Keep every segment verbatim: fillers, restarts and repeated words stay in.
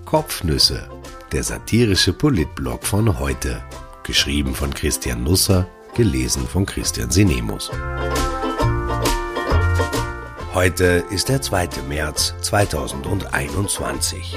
Kopfnüsse, der satirische Politblog von heute. Geschrieben von Christian Nusser, gelesen von Christian Sinemus. Heute ist der zweite März zweitausendeinundzwanzig.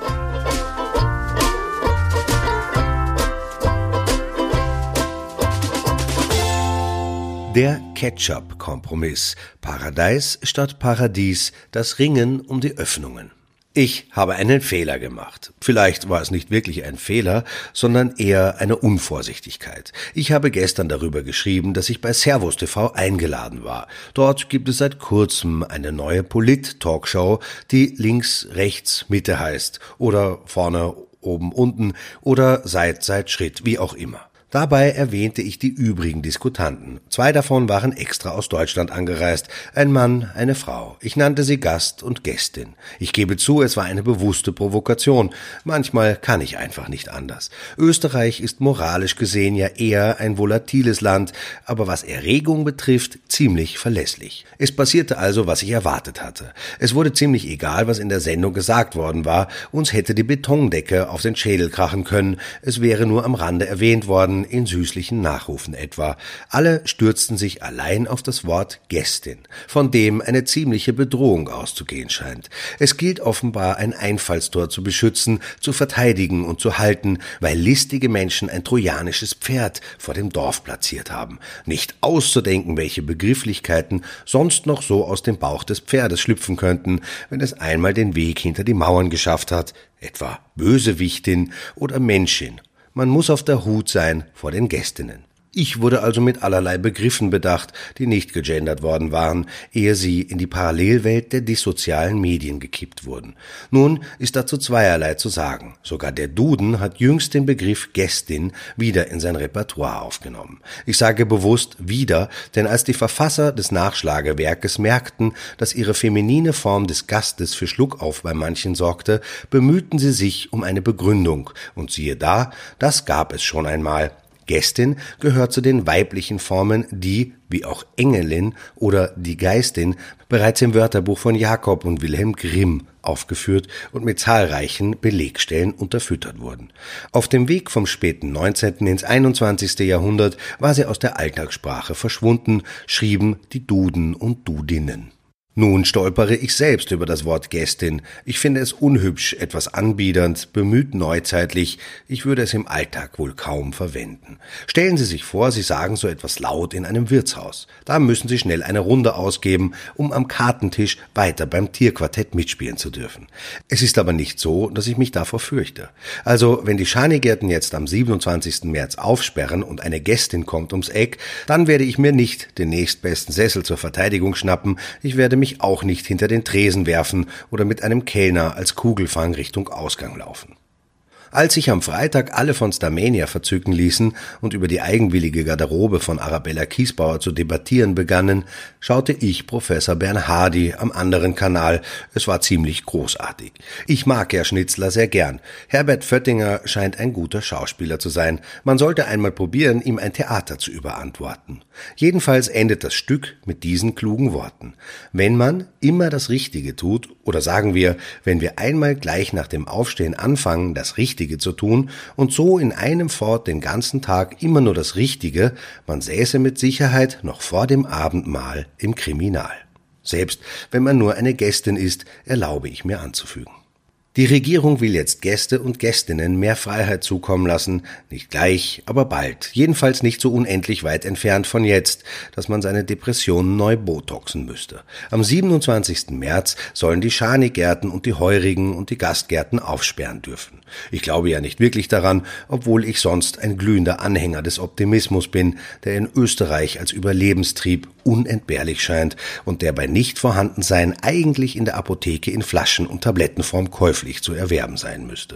Der Ketchup-Kompromiss. Paradeis statt Paradies, das Ringen um die Öffnungen. Ich habe einen Fehler gemacht. Vielleicht war es nicht wirklich ein Fehler, sondern eher eine Unvorsichtigkeit. Ich habe gestern darüber geschrieben, dass ich bei Servus T V eingeladen war. Dort gibt es seit kurzem eine neue Polit-Talkshow, die links, rechts, Mitte heißt. Oder vorne, oben, unten oder Seit, Seit, Schritt, wie auch immer. Dabei erwähnte ich die übrigen Diskutanten. Zwei davon waren extra aus Deutschland angereist. Ein Mann, eine Frau. Ich nannte sie Gast und Gästin. Ich gebe zu, es war eine bewusste Provokation. Manchmal kann ich einfach nicht anders. Österreich ist moralisch gesehen ja eher ein volatiles Land, aber was Erregung betrifft, ziemlich verlässlich. Es passierte also, was ich erwartet hatte. Es wurde ziemlich egal, was in der Sendung gesagt worden war. Uns hätte die Betondecke auf den Schädel krachen können. Es wäre nur am Rande erwähnt worden, in süßlichen Nachrufen etwa. Alle stürzten sich allein auf das Wort Gästin, von dem eine ziemliche Bedrohung auszugehen scheint. Es gilt offenbar, ein Einfallstor zu beschützen, zu verteidigen und zu halten, weil listige Menschen ein trojanisches Pferd vor dem Dorf platziert haben. Nicht auszudenken, welche Begrifflichkeiten sonst noch so aus dem Bauch des Pferdes schlüpfen könnten, wenn es einmal den Weg hinter die Mauern geschafft hat, etwa Bösewichtin oder Menschin. Man muss auf der Hut sein vor den Gästinnen. Ich wurde also mit allerlei Begriffen bedacht, die nicht gegendert worden waren, ehe sie in die Parallelwelt der dissozialen Medien gekippt wurden. Nun ist dazu zweierlei zu sagen. Sogar der Duden hat jüngst den Begriff Gästin wieder in sein Repertoire aufgenommen. Ich sage bewusst wieder, denn als die Verfasser des Nachschlagewerkes merkten, dass ihre feminine Form des Gastes für Schluckauf bei manchen sorgte, bemühten sie sich um eine Begründung. Und siehe da, das gab es schon einmal. Gästin gehört zu den weiblichen Formen, die, wie auch Engelin oder die Geistin, bereits im Wörterbuch von Jakob und Wilhelm Grimm aufgeführt und mit zahlreichen Belegstellen unterfüttert wurden. Auf dem Weg vom späten neunzehnten ins einundzwanzigste Jahrhundert war sie aus der Alltagssprache verschwunden, schrieben die Duden und Dudinnen. Nun stolpere ich selbst über das Wort Gästin. Ich finde es unhübsch, etwas anbiedernd, bemüht neuzeitlich. Ich würde es im Alltag wohl kaum verwenden. Stellen Sie sich vor, Sie sagen so etwas laut in einem Wirtshaus. Da müssen Sie schnell eine Runde ausgeben, um am Kartentisch weiter beim Tierquartett mitspielen zu dürfen. Es ist aber nicht so, dass ich mich davor fürchte. Also, wenn die Schanigärten jetzt am siebenundzwanzigsten März aufsperren und eine Gästin kommt ums Eck, dann werde ich mir nicht den nächstbesten Sessel zur Verteidigung schnappen. Ich werde mich auch nicht hinter den Tresen werfen oder mit einem Kellner als Kugelfang Richtung Ausgang laufen. Als sich am Freitag alle von Starmania verzücken ließen und über die eigenwillige Garderobe von Arabella Kiesbauer zu debattieren begannen, schaute ich Professor Bernhardi am anderen Kanal. Es war ziemlich großartig. Ich mag Herr Schnitzler sehr gern. Herbert Föttinger scheint ein guter Schauspieler zu sein. Man sollte einmal probieren, ihm ein Theater zu überantworten. Jedenfalls endet das Stück mit diesen klugen Worten. Wenn man immer das Richtige tut, oder sagen wir, wenn wir einmal gleich nach dem Aufstehen anfangen, das Richtige zu tun und so in einem fort den ganzen Tag immer nur das Richtige, man säße mit Sicherheit noch vor dem Abendmahl im Kriminal. Selbst wenn man nur eine Gästin ist, erlaube ich mir anzufügen. Die Regierung will jetzt Gäste und Gästinnen mehr Freiheit zukommen lassen, nicht gleich, aber bald, jedenfalls nicht so unendlich weit entfernt von jetzt, dass man seine Depressionen neu botoxen müsste. Am siebenundzwanzigsten März sollen die Schanigärten und die Heurigen und die Gastgärten aufsperren dürfen. Ich glaube ja nicht wirklich daran, obwohl ich sonst ein glühender Anhänger des Optimismus bin, der in Österreich als Überlebenstrieb unentbehrlich scheint und der bei Nichtvorhandensein eigentlich in der Apotheke in Flaschen- und Tablettenform käuflich zu erwerben sein müsste.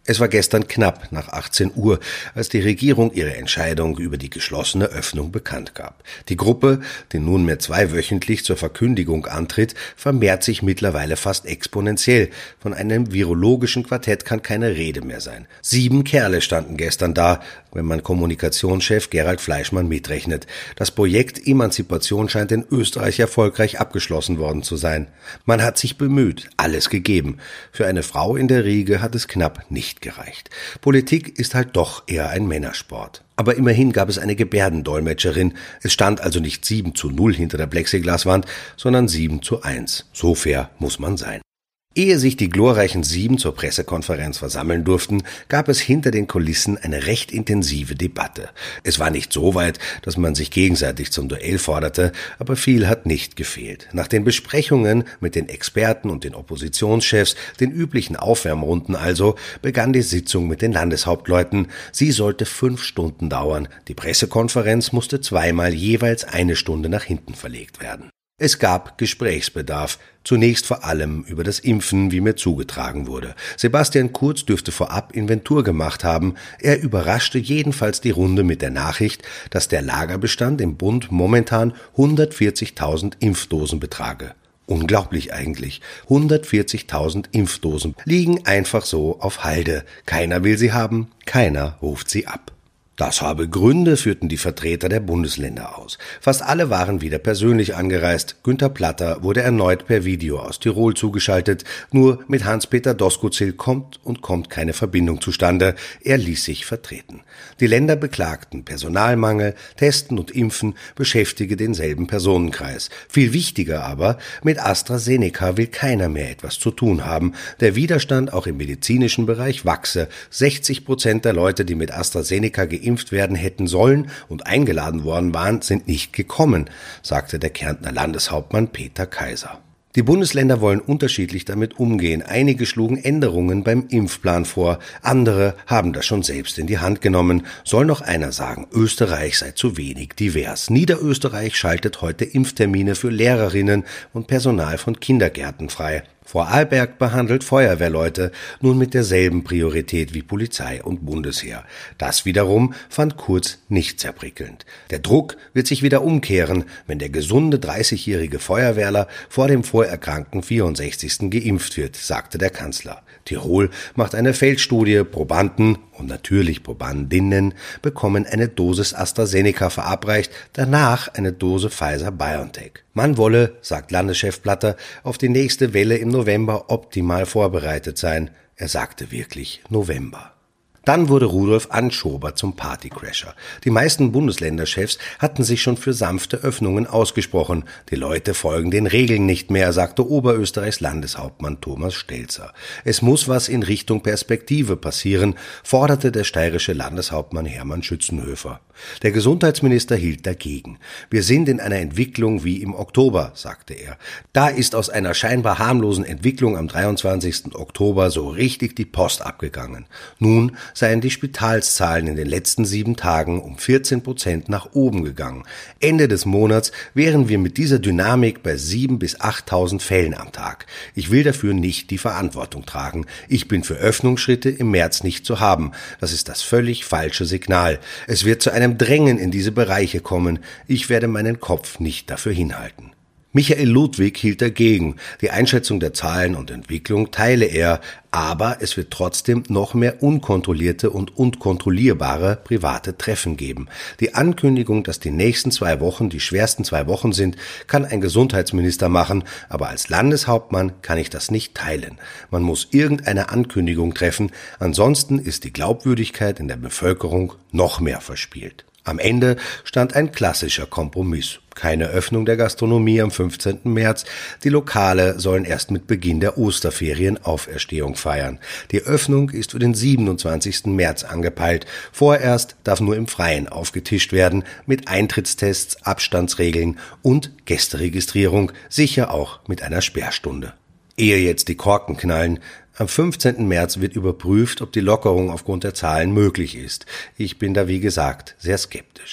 Es war gestern knapp nach achtzehn Uhr, als die Regierung ihre Entscheidung über die geschlossene Öffnung bekannt gab. Die Gruppe, die nunmehr zweiwöchentlich zur Verkündigung antritt, vermehrt sich mittlerweile fast exponentiell. Von einem virologischen Quartett kann keine Rede mehr sein. Sieben Kerle standen gestern da, wenn man Kommunikationschef Gerald Fleischmann mitrechnet. Das Projekt Emanzipation scheint in Österreich erfolgreich abgeschlossen worden zu sein. Man hat sich bemüht, alles gegeben. Für eine Frau in der Riege hat es knapp nicht gereicht. Politik ist halt doch eher ein Männersport. Aber immerhin gab es eine Gebärdendolmetscherin. Es stand also nicht sieben zu null hinter der Plexiglaswand, sondern sieben zu eins. So fair muss man sein. Ehe sich die glorreichen Sieben zur Pressekonferenz versammeln durften, gab es hinter den Kulissen eine recht intensive Debatte. Es war nicht so weit, dass man sich gegenseitig zum Duell forderte, aber viel hat nicht gefehlt. Nach den Besprechungen mit den Experten und den Oppositionschefs, den üblichen Aufwärmrunden also, begann die Sitzung mit den Landeshauptleuten. Sie sollte fünf Stunden dauern. Die Pressekonferenz musste zweimal jeweils eine Stunde nach hinten verlegt werden. Es gab Gesprächsbedarf, zunächst vor allem über das Impfen, wie mir zugetragen wurde. Sebastian Kurz dürfte vorab Inventur gemacht haben. Er überraschte jedenfalls die Runde mit der Nachricht, dass der Lagerbestand im Bund momentan hundertvierzigtausend Impfdosen betrage. Unglaublich eigentlich. hundertvierzigtausend Impfdosen liegen einfach so auf Halde. Keiner will sie haben, keiner ruft sie ab. Das habe Gründe, führten die Vertreter der Bundesländer aus. Fast alle waren wieder persönlich angereist. Günther Platter wurde erneut per Video aus Tirol zugeschaltet. Nur mit Hans-Peter Doskozil kommt und kommt keine Verbindung zustande. Er ließ sich vertreten. Die Länder beklagten Personalmangel, Testen und Impfen beschäftige denselben Personenkreis. Viel wichtiger aber, mit AstraZeneca will keiner mehr etwas zu tun haben. Der Widerstand auch im medizinischen Bereich wachse. sechzig Prozent der Leute, die mit AstraZeneca geimpft werden hätten sollen und eingeladen worden waren, sind nicht gekommen, sagte der Kärntner Landeshauptmann Peter Kaiser. Die Bundesländer wollen unterschiedlich damit umgehen. Einige schlugen Änderungen beim Impfplan vor, andere haben das schon selbst in die Hand genommen. Soll noch einer sagen, Österreich sei zu wenig divers. Niederösterreich schaltet heute Impftermine für Lehrerinnen und Personal von Kindergärten frei. Vorarlberg behandelt Feuerwehrleute nun mit derselben Priorität wie Polizei und Bundesheer. Das wiederum fand Kurz nicht sehr prickelnd. Der Druck wird sich wieder umkehren, wenn der gesunde dreißigjährige Feuerwehrler vor dem vorerkrankten vierundsechzigsten geimpft wird, sagte der Kanzler. Tirol macht eine Feldstudie, Probanden und natürlich Probandinnen bekommen eine Dosis AstraZeneca verabreicht, danach eine Dose Pfizer-BioNTech. Man wolle, sagt Landeschef Platter, auf die nächste Welle im November optimal vorbereitet sein. Er sagte wirklich November. Dann wurde Rudolf Anschober zum Partycrasher. Die meisten Bundesländerchefs hatten sich schon für sanfte Öffnungen ausgesprochen. Die Leute folgen den Regeln nicht mehr, sagte Oberösterreichs Landeshauptmann Thomas Stelzer. Es muss was in Richtung Perspektive passieren, forderte der steirische Landeshauptmann Hermann Schützenhöfer. Der Gesundheitsminister hielt dagegen. Wir sind in einer Entwicklung wie im Oktober, sagte er. Da ist aus einer scheinbar harmlosen Entwicklung am dreiundzwanzigsten Oktober so richtig die Post abgegangen. Nun seien die Spitalszahlen in den letzten sieben Tagen um vierzehn Prozent nach oben gegangen. Ende des Monats wären wir mit dieser Dynamik bei siebentausend bis achttausend Fällen am Tag. Ich will dafür nicht die Verantwortung tragen. Ich bin für Öffnungsschritte im März nicht zu haben. Das ist das völlig falsche Signal. Es wird zu einem Drängen in diese Bereiche kommen. Ich werde meinen Kopf nicht dafür hinhalten. Michael Ludwig hielt dagegen. Die Einschätzung der Zahlen und Entwicklung teile er, aber es wird trotzdem noch mehr unkontrollierte und unkontrollierbare private Treffen geben. Die Ankündigung, dass die nächsten zwei Wochen die schwersten zwei Wochen sind, kann ein Gesundheitsminister machen, aber als Landeshauptmann kann ich das nicht teilen. Man muss irgendeine Ankündigung treffen, ansonsten ist die Glaubwürdigkeit in der Bevölkerung noch mehr verspielt. Am Ende stand ein klassischer Kompromiss. Keine Öffnung der Gastronomie am fünfzehnten März. Die Lokale sollen erst mit Beginn der Osterferien Auferstehung feiern. Die Öffnung ist für den siebenundzwanzigsten März angepeilt. Vorerst darf nur im Freien aufgetischt werden, mit Eintrittstests, Abstandsregeln und Gästeregistrierung, sicher auch mit einer Sperrstunde. Ehe jetzt die Korken knallen. Am fünfzehnten März wird überprüft, ob die Lockerung aufgrund der Zahlen möglich ist. Ich bin da, wie gesagt, sehr skeptisch.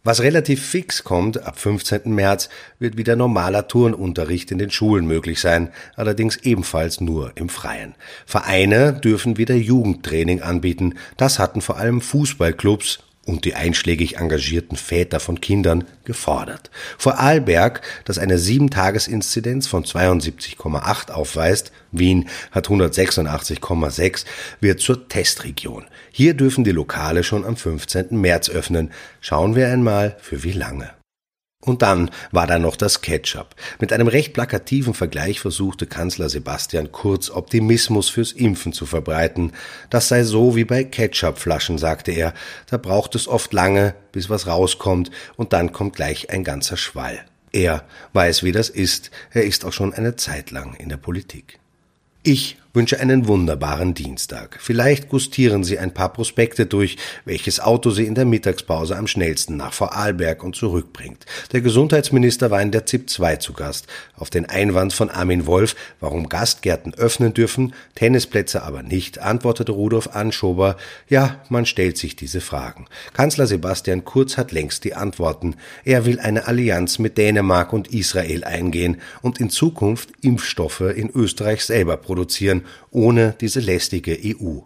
Was relativ fix kommt, ab fünfzehnten März wird wieder normaler Turnunterricht in den Schulen möglich sein, allerdings ebenfalls nur im Freien. Vereine dürfen wieder Jugendtraining anbieten, das hatten vor allem Fußballclubs und die einschlägig engagierten Väter von Kindern gefordert. Vorarlberg, das eine sieben-Tages-Inzidenz von zweiundsiebzig Komma acht aufweist, Wien hat hundertsechsundachtzig Komma sechs, wird zur Testregion. Hier dürfen die Lokale schon am fünfzehnten März öffnen. Schauen wir einmal, für wie lange. Und dann war da noch das Ketchup. Mit einem recht plakativen Vergleich versuchte Kanzler Sebastian Kurz Optimismus fürs Impfen zu verbreiten. Das sei so wie bei Ketchupflaschen, sagte er. Da braucht es oft lange, bis was rauskommt, und dann kommt gleich ein ganzer Schwall. Er weiß, wie das ist. Er ist auch schon eine Zeit lang in der Politik. Ich wünsche einen wunderbaren Dienstag. Vielleicht gustieren Sie ein paar Prospekte durch, welches Auto Sie in der Mittagspause am schnellsten nach Vorarlberg und zurückbringt. Der Gesundheitsminister war in der ZIP zwei zu Gast. Auf den Einwand von Armin Wolf, warum Gastgärten öffnen dürfen, Tennisplätze aber nicht, antwortete Rudolf Anschober, ja, man stellt sich diese Fragen. Kanzler Sebastian Kurz hat längst die Antworten. Er will eine Allianz mit Dänemark und Israel eingehen und in Zukunft Impfstoffe in Österreich selber produzieren, ohne diese lästige E U.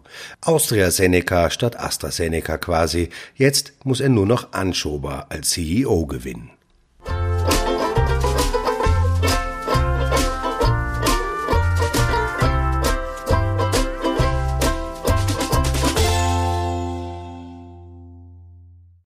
AstraZeneca statt AstraZeneca quasi. Jetzt muss er nur noch Anschober als C E O gewinnen.